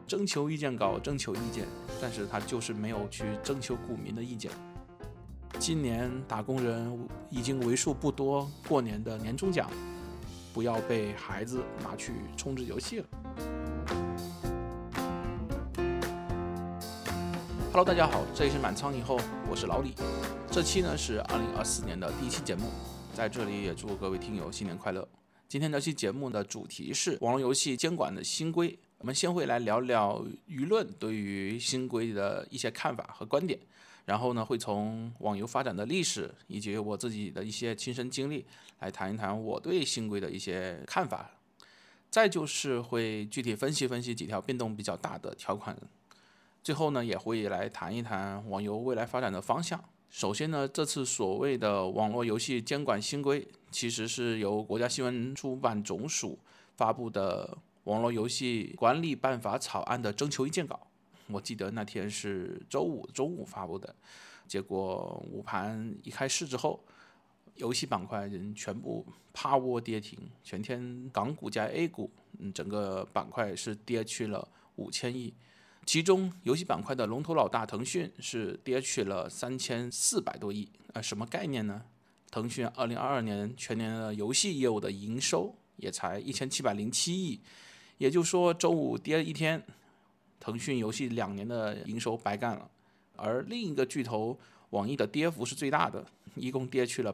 征求意见稿征求意见，但是他就是没有去征求股民的意见。今年打工人已经为数不多过年的年终奖，不要被孩子拿去充值游戏了。Hello， 大家好，这里是满仓以后，我是老李。这期呢是2024年的第一期节目，在这里也祝各位听友新年快乐。今天这期节目的主题是网络游戏监管的新规，我们先会来聊聊舆论对于新规的一些看法和观点，然后呢会从网游发展的历史以及我自己的一些亲身经历来谈一谈我对新规的一些看法，再就是会具体分析几条变动比较大的条款，最后呢也会来谈一谈网游未来发展的方向。首先呢，这次所谓的网络游戏监管新规，其实是由国家新闻出版总署发布的网络游戏管理办法草案的征求意见稿。我记得那天是周五中午发布的，结果午盘一开市之后，游戏板块人全部趴窝跌停，全天港股加 A 股，整个板块是跌去了5000亿。其中游戏板块的龙头老大腾讯是跌去了3400多亿，什么概念呢？腾讯2022年全年的游戏业务的营收也才1707亿，也就是说周五跌一天，腾讯游戏2年的营收白干了。而另一个巨头网易的跌幅是最大的，一共跌去了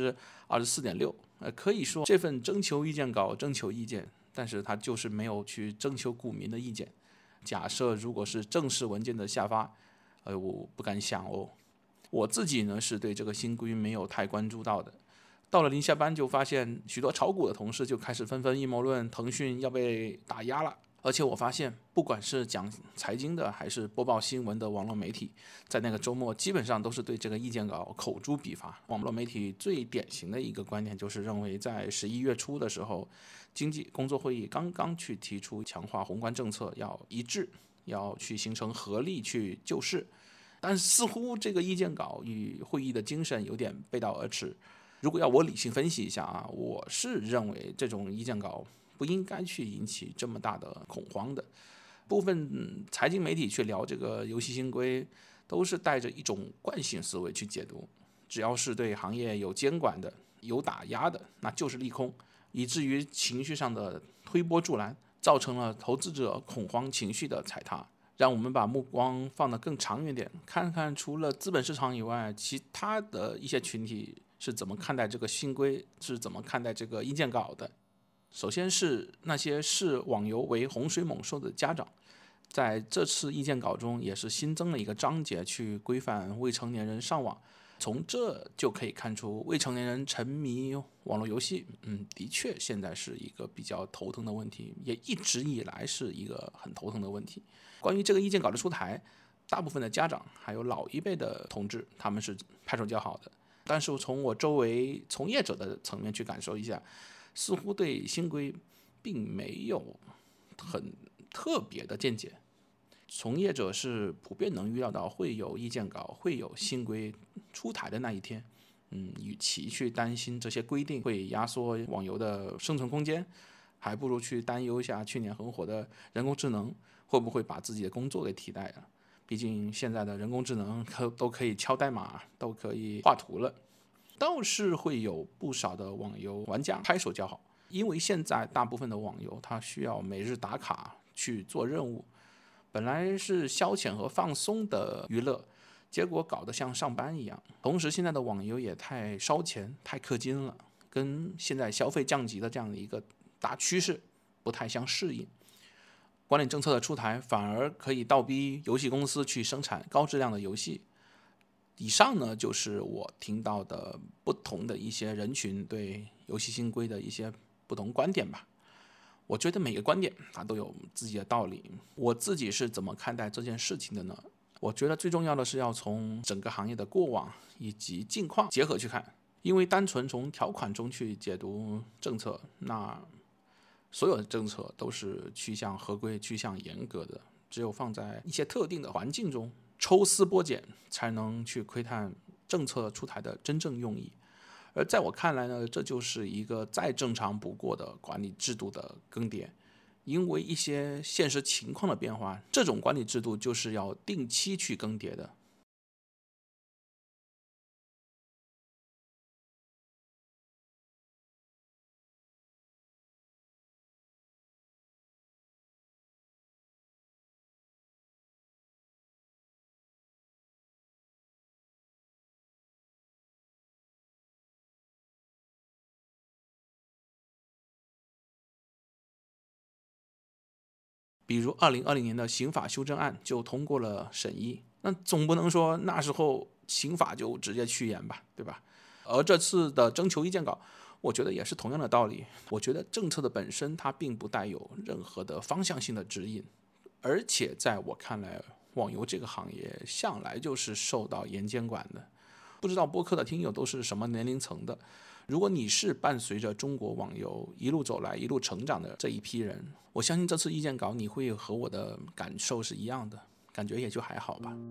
24.6%。可以说这份征求意见稿征求意见，但是他就是没有去征求股民的意见。假设如果是正式文件的下发，我不敢想哦。我自己呢是对这个新规没有太关注到的。到了临下班就发现许多炒股的同事就开始纷纷阴谋论腾讯要被打压了。而且我发现不管是讲财经的还是播报新闻的网络媒体，在那个周末基本上都是对这个意见稿口诛笔伐。网络媒体最典型的一个观点就是认为在11月初的时候，经济工作会议刚刚去提出强化宏观政策要一致，要去形成合力去救市，但似乎这个意见稿与会议的精神有点背道而驰。如果要我理性分析一下啊，我是认为这种意见稿不应该去引起这么大的恐慌的。部分财经媒体去聊这个游戏新规，都是带着一种惯性思维去解读，只要是对行业有监管的、有打压的，那就是利空，以至于情绪上的推波助澜，造成了投资者恐慌情绪的踩踏。让我们把目光放得更长远点，看看除了资本市场以外，其他的一些群体是怎么看待这个新规，是怎么看待这个意见稿的。首先是那些视网游为洪水猛兽的家长，在这次意见稿中也是新增了一个章节去规范未成年人上网。从这就可以看出未成年人沉迷网络游戏，的确现在是一个比较头疼的问题，也一直以来是一个很头疼的问题。关于这个意见稿的出台，大部分的家长还有老一辈的同志，他们是拍手叫好的。但是从我周围从业者的层面去感受一下，似乎对新规并没有很特别的见解。从业者是普遍能预料到会有意见稿、会有新规出台的那一天。与其去担心这些规定会压缩网游的生存空间，还不如去担忧一下去年很火的人工智能会不会把自己的工作给替代了。毕竟现在的人工智能都可以敲代码，都可以画图了。倒是会有不少的网游玩家拍手叫好，因为现在大部分的网游它需要每日打卡去做任务，本来是消遣和放松的娱乐，结果搞得像上班一样。同时现在的网游也太烧钱太氪金了，跟现在消费降级的这样的一个大趋势不太相适应。管理政策的出台反而可以倒逼游戏公司去生产高质量的游戏。以上呢就是我听到的不同的一些人群对游戏新规的一些不同观点吧。我觉得每个观点它都有自己的道理。我自己是怎么看待这件事情的呢？我觉得最重要的是要从整个行业的过往以及近况结合去看，因为单纯从条款中去解读政策，那所有的政策都是趋向合规、趋向严格的，只有放在一些特定的环境中抽丝剥茧，才能去窥探政策出台的真正用意。而在我看来呢，这就是一个再正常不过的管理制度的更迭。 因为一些现实情况的变化，这种管理制度就是要定期去更迭的。比如2020年的刑法修正案就通过了审议，那总不能说那时候刑法就直接去严吧，对吧？而这次的征求意见稿，我觉得也是同样的道理。我觉得政策的本身它并不带有任何的方向性的指引，而且在我看来，网游这个行业向来就是受到严监管的。不知道播客的听友都是什么年龄层的？如果你是伴随着中国网游一路走来、一路成长的这一批人，我相信这次意见稿你会和我的感受是一样的，感觉也就还好吧。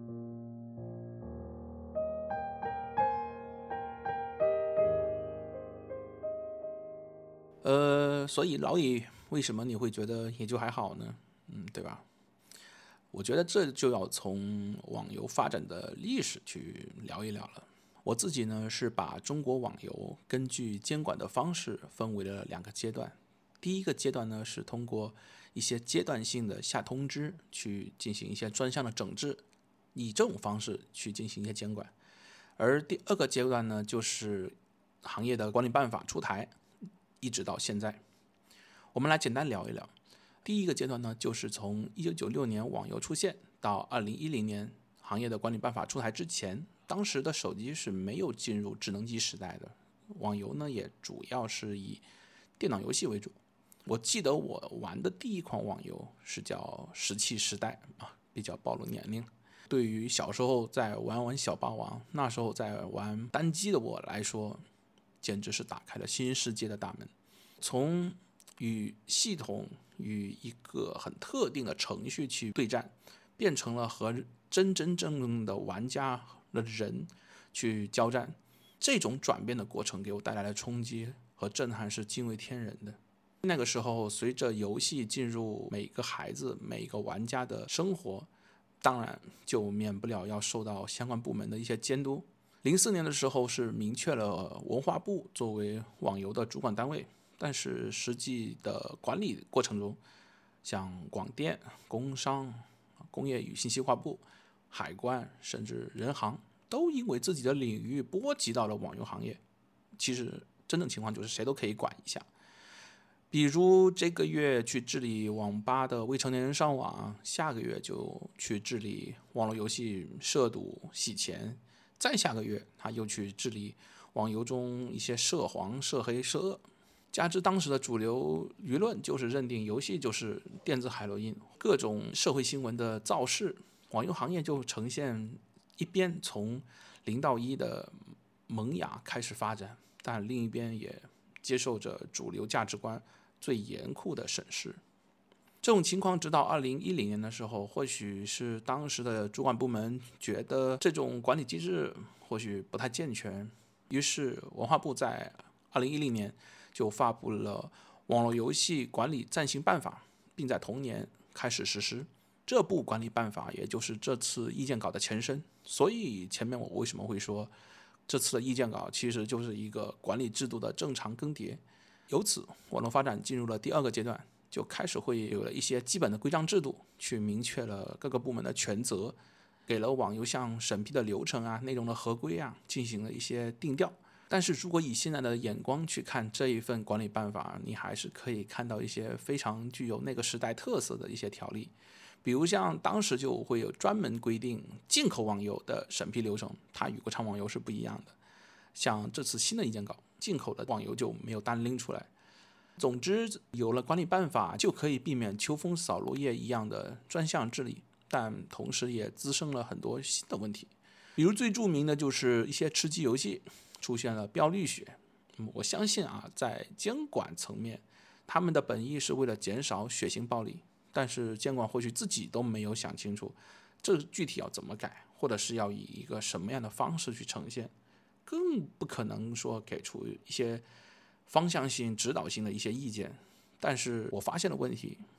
所以老李，为什么你会觉得也就还好呢？对吧？我觉得这就要从网游发展的历史去聊一聊了。我自己呢是把中国网游根据监管的方式分为了2个阶段。第一个阶段呢是通过一些阶段性的下通知去进行一些专项的整治，以这种方式去进行一些监管。而第2个阶段呢就是行业的管理办法出台，一直到现在。我们来简单聊一聊。第一个阶段呢，就是从1996年网游出现到2010年行业的管理办法出台之前，当时的手机是没有进入智能机时代的，网游呢也主要是以电脑游戏为主。我记得我玩的第一款网游是叫《石器时代》比较暴露年龄。对于小时候在玩小霸王，那时候在玩单机的我来说，简直是打开了新世界的大门。从与系统与一个很特定的程序去对战，变成了和真正的玩家的人去交战，这种转变的过程给我带来的冲击和震撼是惊为天人的。那个时候，随着游戏进入每个孩子、每个玩家的生活，当然就免不了要受到相关部门的一些监督。04年的时候是明确了文化部作为网游的主管单位，但是实际的管理过程中，像广电、工商、工业与信息化部、海关甚至人行，都因为自己的领域波及到了网游行业。其实真正情况就是谁都可以管一下。比如这个月去治理网吧的未成年人上网，下个月就去治理网络游戏涉赌洗钱，再下个月他又去治理网游中一些涉黄、涉黑、涉恶。加之当时的主流舆论就是认定游戏就是电子海洛因，各种社会新闻的造势，网游行业就呈现一边从0到1的萌芽开始发展，但另一边也接受着主流价值观最严酷的审视。这种情况直到2010年的时候，或许是当时的主管部门觉得这种管理机制或许不太健全，于是文化部在2010年就发布了网络游戏管理暂行办法，并在同年开始实施。这部管理办法也就是这次意见稿的前身，所以前面我为什么会说这次的意见稿其实就是一个管理制度的正常更迭。由此，网络发展进入了第2个阶段，就开始会有了一些基本的规章制度，去明确了各个部门的权责，给了网游项审批的流程啊、内容的合规啊进行了一些定调。但是如果以现在的眼光去看这一份管理办法，你还是可以看到一些非常具有那个时代特色的一些条例，比如像当时就会有专门规定进口网游的审批流程，它与国产网游是不一样的。像这次新的意见稿，进口的网游就没有单拎出来。总之，有了管理办法，就可以避免秋风扫落叶一样的专项治理，但同时也滋生了很多新的问题。比如最著名的就是一些吃鸡游戏出现了标绿血。我相信在监管层面，他们的本意是为了减少血腥暴力，但是监管或许自己都没有想清楚，这具体要怎么改，或者是要以一个什么样的方式去呈现，更不可能说给出一些方向性、指导性的一些意见。但是我发现了问题，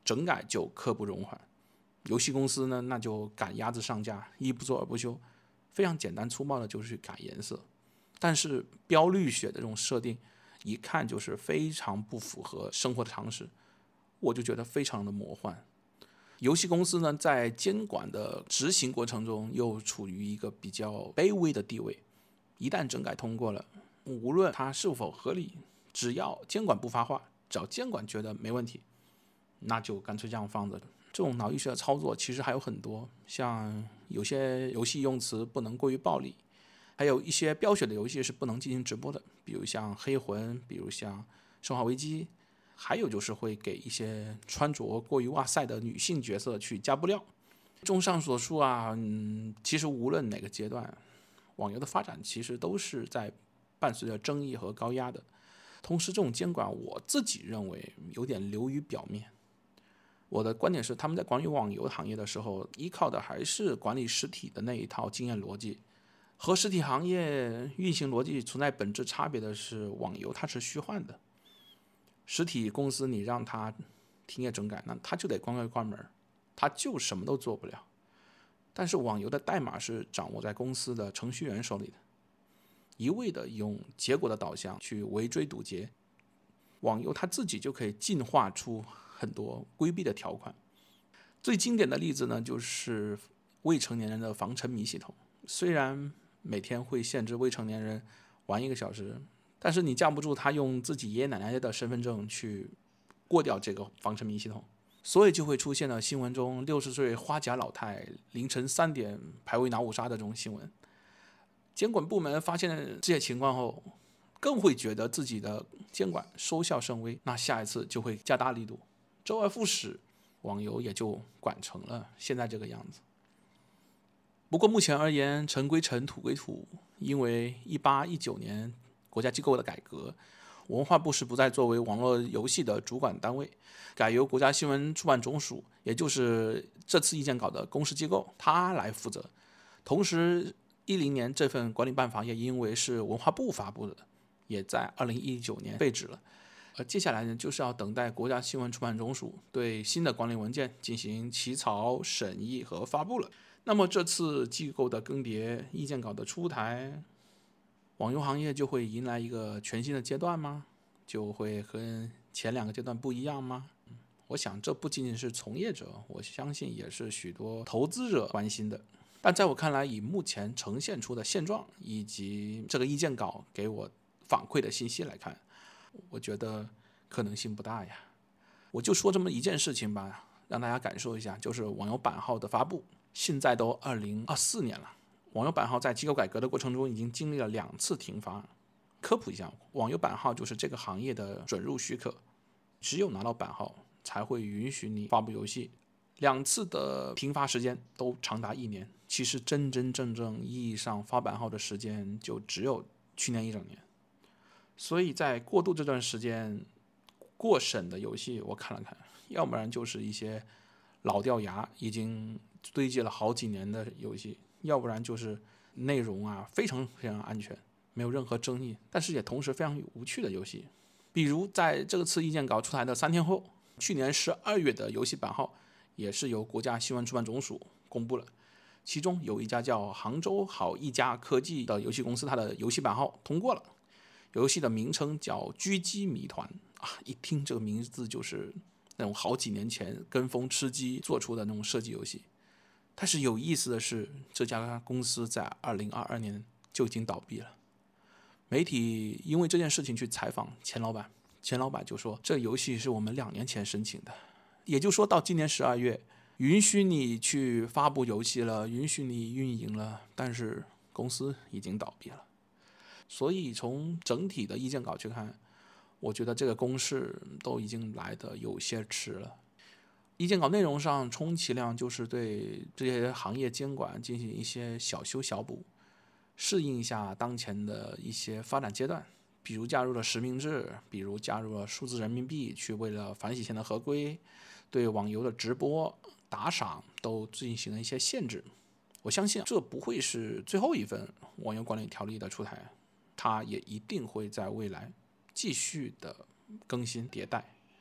整改就刻不容缓。游戏公司呢，那就赶鸭子上架，一不做二不休，非常简单粗暴的就是去改颜色。但是标绿血的这种设定，一看就是非常不符合生活的常识，我就觉得非常的魔幻。游戏公司呢，在监管的执行过程中，又处于一个比较卑微的地位。一旦整改通过了，无论它是否合理，只要监管不发话，只要监管觉得没问题，那就干脆这样放着。这种脑溢血的操作其实还有很多，像有些游戏用词不能过于暴力，还有一些标血的游戏是不能进行直播的，比如像黑魂，比如像生化危机，还有就是会给一些穿着过于哇塞的女性角色去加布料。综上所述啊，其实无论哪个阶段，网游的发展其实都是在伴随着争议和高压的。同时，这种监管我自己认为有点流于表面。我的观点是，他们在管理网游行业的时候，依靠的还是管理实体的那一套经验逻辑。和实体行业运行逻辑存在本质差别的是，网游它是虚幻的。实体公司你让它停业整改，那它就得关门，它就什么都做不了。但是网游的代码是掌握在公司的程序员手里的，一味的用结果的导向去围追堵截，网游它自己就可以进化出很多规避的条款。最经典的例子呢，就是未成年人的防沉迷系统。虽然每天会限制未成年人玩1个小时，但是你架不住他用自己爷爷奶奶的身份证去过掉这个防沉迷系统，所以就会出现了新闻中60岁花甲老太凌晨3点排位拿5杀的这种新闻。监管部门发现这些情况后，更会觉得自己的监管收效甚微，那下一次就会加大力度，周而复始，网游也就管成了现在这个样子。不过目前而言，尘归尘，土归土，因为18-19年国家机构的改革，文化部是不再作为网络游戏的主管单位，改由国家新闻出版总署，也就是这次意见稿的公示机构，它来负责。同时，10年这份管理办法也因为是文化部发布的，也在2019年废止了。接下来呢，就是要等待国家新闻出版总署对新的管理文件进行起草、审议和发布了。那么这次机构的更迭、意见稿的出台，网游行业就会迎来一个全新的阶段吗？就会和前2个阶段不一样吗？我想这不仅仅是从业者，我相信也是许多投资者关心的。但在我看来，以目前呈现出的现状以及这个意见稿给我反馈的信息来看，我觉得可能性不大呀。我就说这么一件事情吧，让大家感受一下，就是网游版号的发布。现在都2024年了，网游版号在机构改革的过程中已经经历了2次停发。科普一下，网游版号就是这个行业的准入许可，只有拿到版号才会允许你发布游戏。2次的停发时间都长达1年，其实真正意义上发版号的时间就只有去年1整年。所以在过渡这段时间，过审的游戏我看了看，要不然就是一些老掉牙已经堆积了好几年的游戏，要不然就是内容啊非常安全，没有任何争议，但是也同时非常无趣的游戏。比如在这次意见稿出台的3天后，去年12月的游戏版号也是由国家新闻出版总署公布了，其中有一家叫杭州好一家科技的游戏公司，它的游戏版号通过了，游戏的名称叫狙击谜团啊，一听这个名字就是那种好几年前跟风吃鸡做出的那种射击游戏。但是有意思的是，这家公司在2022年就已经倒闭了。媒体因为这件事情去采访钱老板，钱老板就说这游戏是我们2年前申请的，也就是说到今年12月允许你去发布游戏了，允许你运营了，但是公司已经倒闭了。所以从整体的意见稿去看，我觉得这个公示都已经来得有些迟了。意见稿内容上充其量就是对这些行业监管进行一些小修小补，适应一下当前的一些发展阶段，比如加入了实名制，比如加入了数字人民币，去为了反洗钱的合规，对网游的直播打赏都进行了一些限制。我相信这不会是最后一份网游管理条例的出台，它也一定会在未来继续的更新迭代。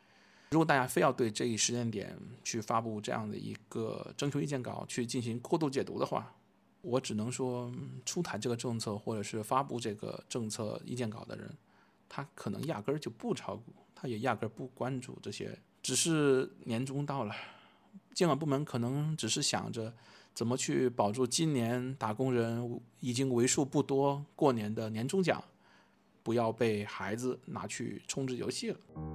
如果大家非要对这一时间点去发布这样的一个征求意见稿去进行过度解读的话，我只能说出台这个政策或者是发布这个政策意见稿的人，他可能压根儿就不炒股，他也压根儿不关注这些，只是年终到了，监管部门可能只是想着怎么去保住今年打工人已经为数不多过年的年终奖，不要被孩子拿去充值游戏了。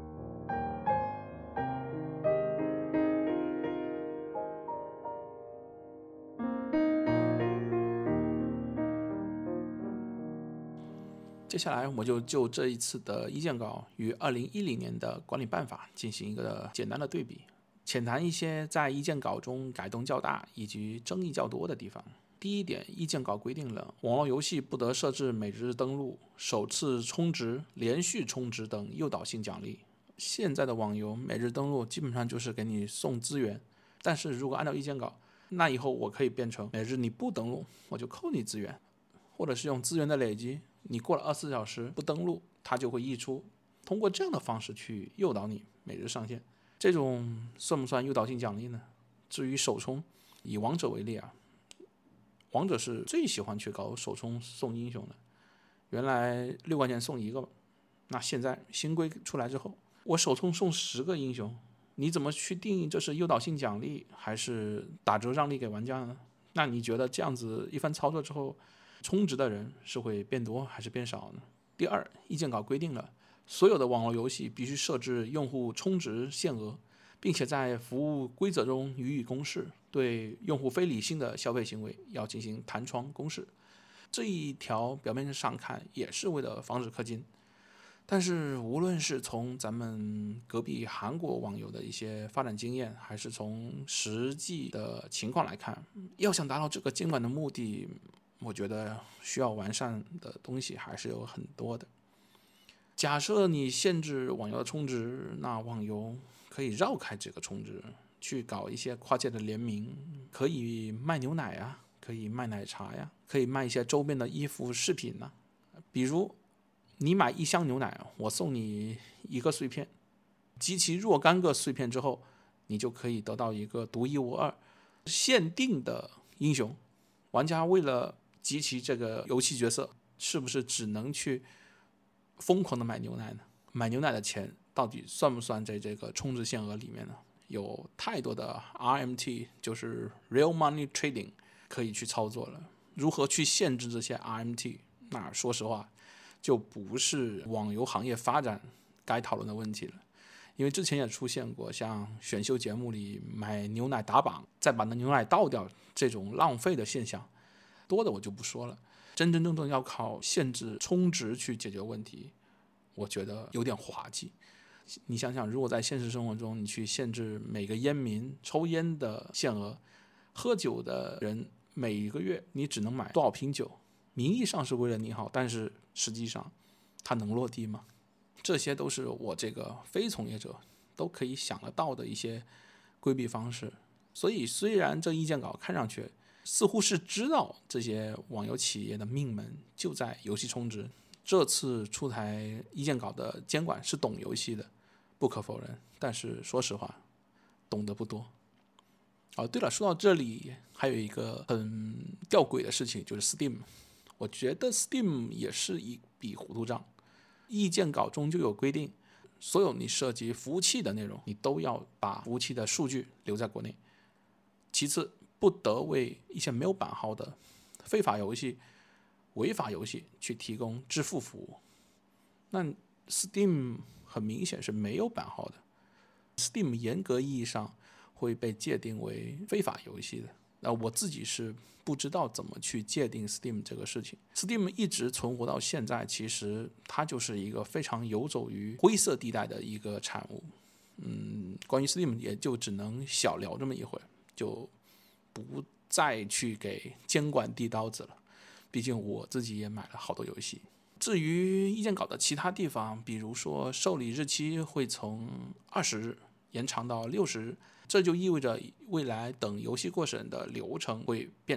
接下来我就这一次的意见稿与2010年的管理办法进行一个简单的对比，浅谈一些在意见稿中改动较大以及争议较多的地方。第一点，意见稿规定了网络游戏不得设置每日登录、首次充值、连续充值等诱导性奖励。现在的网游每日登录基本上就是给你送资源，但是如果按照意见稿，那以后我可以变成每日你不登录我就扣你资源，或者是用资源的累积，你过了24小时不登录它就会溢出，通过这样的方式去诱导你每日上线。这种算不算诱导性奖励呢？至于首充，以王者为例啊，王者是最喜欢去搞首充送英雄的，原来6块钱送1个，那现在新规出来之后，我首充送10个英雄，你怎么去定义这是诱导性奖励还是打折让利给玩家呢？那你觉得这样子一番操作之后，充值的人是会变多还是变少呢？第二，意见稿规定了所有的网络游戏必须设置用户充值限额，并且在服务规则中予以公示，对用户非理性的消费行为要进行弹窗公示。这一条表面上看也是为了防止氪金，但是无论是从咱们隔壁韩国网游的一些发展经验，还是从实际的情况来看，要想达到这个监管的目的，我觉得需要完善的东西还是有很多的。假设你限制网游的充值，那网游可以绕开这个充值，去搞一些跨界的联名，可以卖牛奶啊，可以卖奶茶呀，可以卖一些周边的衣服饰品啊。比如你买1箱牛奶，我送你1个碎片，集齐若干个碎片之后，你就可以得到一个独一无二限定的英雄。玩家为了集齐这个游戏角色，是不是只能去疯狂的买牛奶呢？买牛奶的钱到底算不算在这个充值限额里面呢？有太多的 RMT， 就是 Real Money Trading 可以去操作了。如何去限制这些 RMT？ 那说实话，就不是网游行业发展该讨论的问题了。因为之前也出现过像选秀节目里买牛奶打榜，再把那牛奶倒掉这种浪费的现象，多的我就不说了。真真正正要靠限制充值去解决问题，我觉得有点滑稽。你想想，如果在现实生活中，你去限制每个烟民抽烟的限额，喝酒的人每一个月你只能买多少瓶酒，名义上是为了你好，但是实际上它能落地吗？这些都是我这个非从业者都可以想得到的一些规避方式。所以虽然这意见稿看上去似乎是知道这些网游企业的命门就在游戏充值，这次出台意见稿的监管是懂游戏的，不可否认，但是说实话懂得不多。对了，说到这里还有一个很吊诡的事情，就是 Steam。 我觉得 Steam 也是一笔糊涂账。意见稿中就有规定，所有你涉及服务器的内容，你都要把服务器的数据留在国内。其次，不得为一些没有版号的非法游戏、违法游戏去提供支付服务。那 Steam 很明显是没有版号的， Steam 严格意义上会被界定为非法游戏的。我自己是不知道怎么去界定 Steam 这个事情。 Steam 一直存活到现在，其实它就是一个非常游走于灰色地带的一个产物。关于 Steam 也就只能小聊这么一会儿，就不再去给监管递刀子了，毕竟我自己也买了好多游戏。至于意见稿的其他地方，比如说受理日期会从20日延长到60日，这就意味着未来等游戏过审的流程会变长，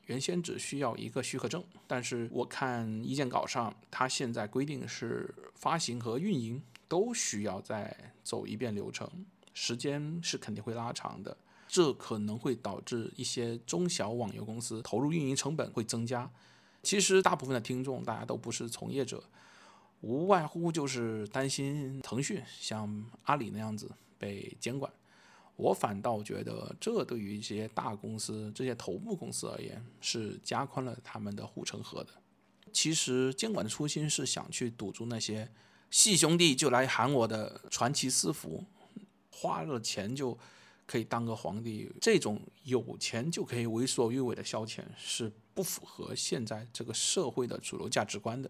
原先只需要一个许可证，但是我看意见稿上，它现在规定是发行和运营都需要再走一遍流程，时间是肯定会拉长的。这可能会导致一些中小网游公司投入运营成本会增加。其实大部分的听众大家都不是从业者，无外乎就是担心腾讯像阿里那样子被监管。我反倒觉得这对于一些大公司、这些头部公司而言是加宽了他们的护城河的。其实监管的初心是想去堵住那些细兄弟就来喊我的传奇私服，花了钱就可以当个皇帝，这种有钱就可以为所欲为的消遣是不符合现在这个社会的主流价值观的。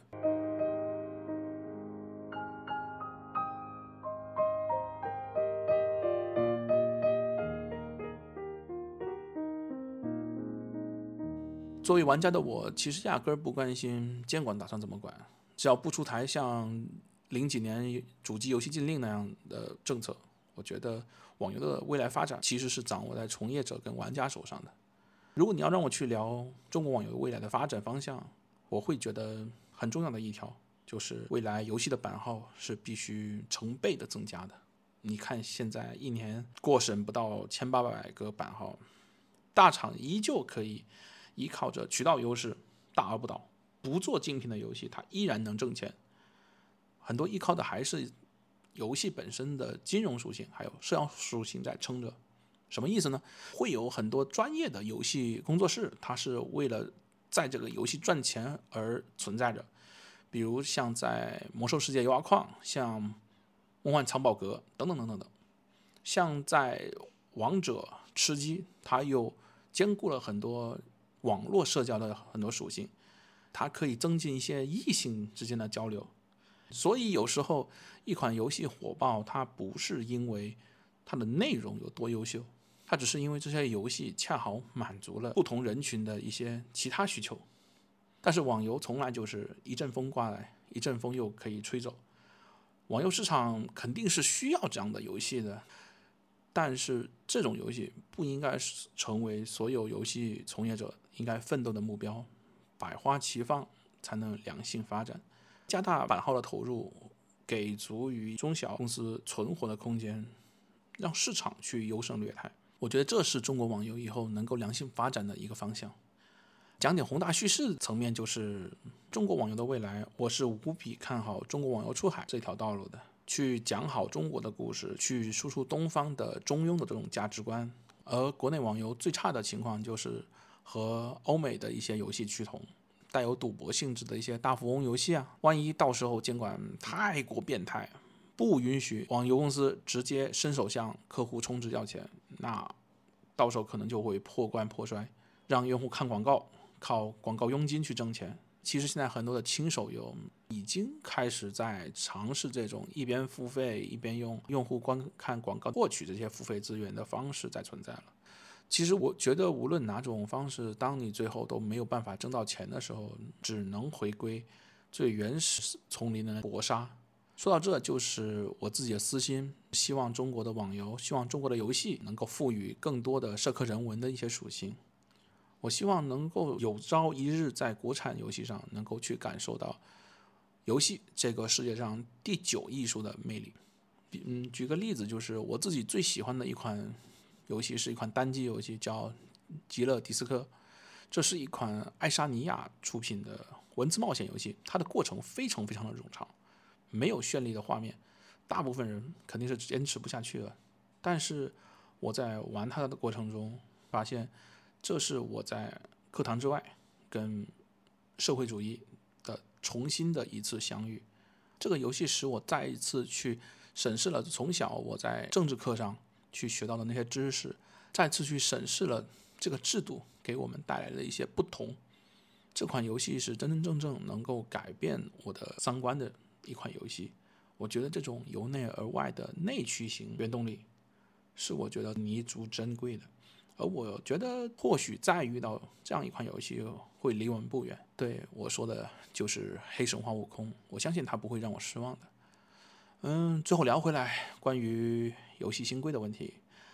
作为玩家的我，其实压根儿不关心监管打算怎么管，只要不出台像零几年主机游戏禁令那样的政策，我觉得网游的未来发展其实是掌握在从业者跟玩家手上的。如果你要让我去聊中国网游未来的发展方向，我会觉得很重要的一条就是未来游戏的版号是必须成倍的增加的。你看现在一年过审不到1800个版号，大厂依旧可以依靠着渠道优势大而不倒，不做精品的游戏它依然能挣钱。很多依靠的还是游戏本身的金融属性还有社交属性在撑着。什么意思呢？会有很多专业的游戏工作室，它是为了在这个游戏赚钱而存在着，比如像在魔兽世界油画矿，像梦幻藏宝阁等等等等等，像在王者吃鸡，它又兼顾了很多网络社交的很多属性，它可以增进一些异性之间的交流。所以有时候一款游戏火爆，它不是因为它的内容有多优秀，它只是因为这些游戏恰好满足了不同人群的一些其他需求。但是网游从来就是一阵风刮来，一阵风又可以吹走。网游市场肯定是需要这样的游戏的，但是这种游戏不应该成为所有游戏从业者应该奋斗的目标，百花齐放才能良性发展。加大版号的投入，给足于中小公司存活的空间，让市场去优胜劣汰。我觉得这是中国网游以后能够良性发展的一个方向。讲点宏大叙事层面，就是中国网游的未来，我是无比看好中国网游出海这条道路的，去讲好中国的故事，去输出东方的中庸的这种价值观。而国内网游最差的情况就是和欧美的一些游戏趋同，带有赌博性质的一些大富翁游戏啊，万一到时候监管太过变态，不允许网游公司直接伸手向客户充值要钱，那到时候可能就会破罐破摔，让用户看广告，靠广告佣金去挣钱。其实现在很多的轻手游已经开始在尝试这种一边付费一边用用户观看广告获取这些付费资源的方式在存在了。其实我觉得无论哪种方式，当你最后都没有办法挣到钱的时候，只能回归最原始丛林的搏杀。说到这，就是我自己的私心，希望中国的网游，希望中国的游戏能够赋予更多的社科人文的一些属性。我希望能够有朝一日在国产游戏上能够去感受到游戏这个世界上第9艺术的魅力。举个例子，就是我自己最喜欢的一款游戏是一款单机游戏，叫《极乐迪斯科》。这是一款爱沙尼亚出品的文字冒险游戏，它的过程非常非常的冗长，没有绚丽的画面，大部分人肯定是坚持不下去了。但是我在玩它的过程中发现，这是我在课堂之外跟社会主义的重新的一次相遇。这个游戏使我再一次去审视了从小我在政治课上去学到的那些知识，再次去审视了这个制度给我们带来的一些不同。这款游戏是真真正正能够改变我的三观的一款游戏。我觉得这种由内而外的内驱型原动力是我觉得弥足珍贵的。而我觉得或许再遇到这样一款游戏会离我们不远。对，我说的就是黑神话悟空，我相信它不会让我失望的。最后聊回来关于游戏新规的问题，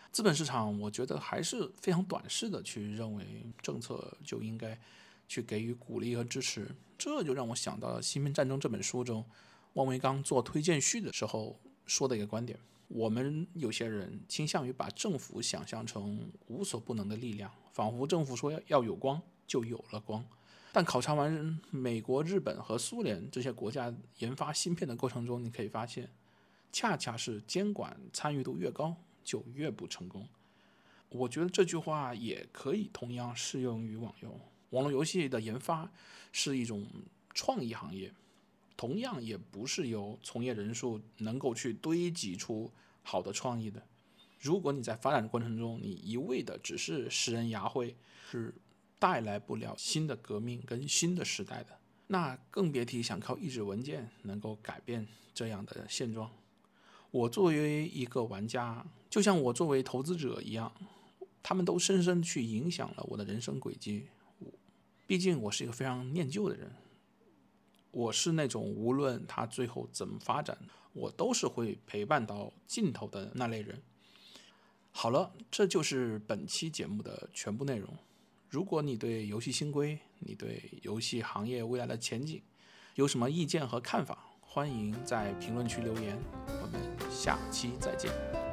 资本市场我觉得还是非常短视的去认为政策就应该去给予鼓励和支持，这就让我想到了《新兵战争》这本书中汪维刚做推荐序的时候说的一个观点。我们有些人倾向于把政府想象成无所不能的力量，仿佛政府说要有光就有了光。但考察完美国、日本和苏联这些国家研发芯片的过程中，你可以发现，恰恰是监管参与度越高，就越不成功。我觉得这句话也可以同样适用于网游。网络游戏的研发是一种创意行业，同样也不是由从业人数能够去堆积出好的创意的。如果你在发展的过程中，你一味的只是拾人牙慧，是带来不了新的革命跟新的时代的，那更别提想靠一纸文件能够改变这样的现状。我作为一个玩家，就像我作为投资者一样，他们都深深去影响了我的人生轨迹。毕竟我是一个非常念旧的人，我是那种无论他最后怎么发展，我都是会陪伴到尽头的那类人。好了，这就是本期节目的全部内容。如果你对游戏新规，你对游戏行业未来的前景有什么意见和看法，欢迎在评论区留言。我们下期再见。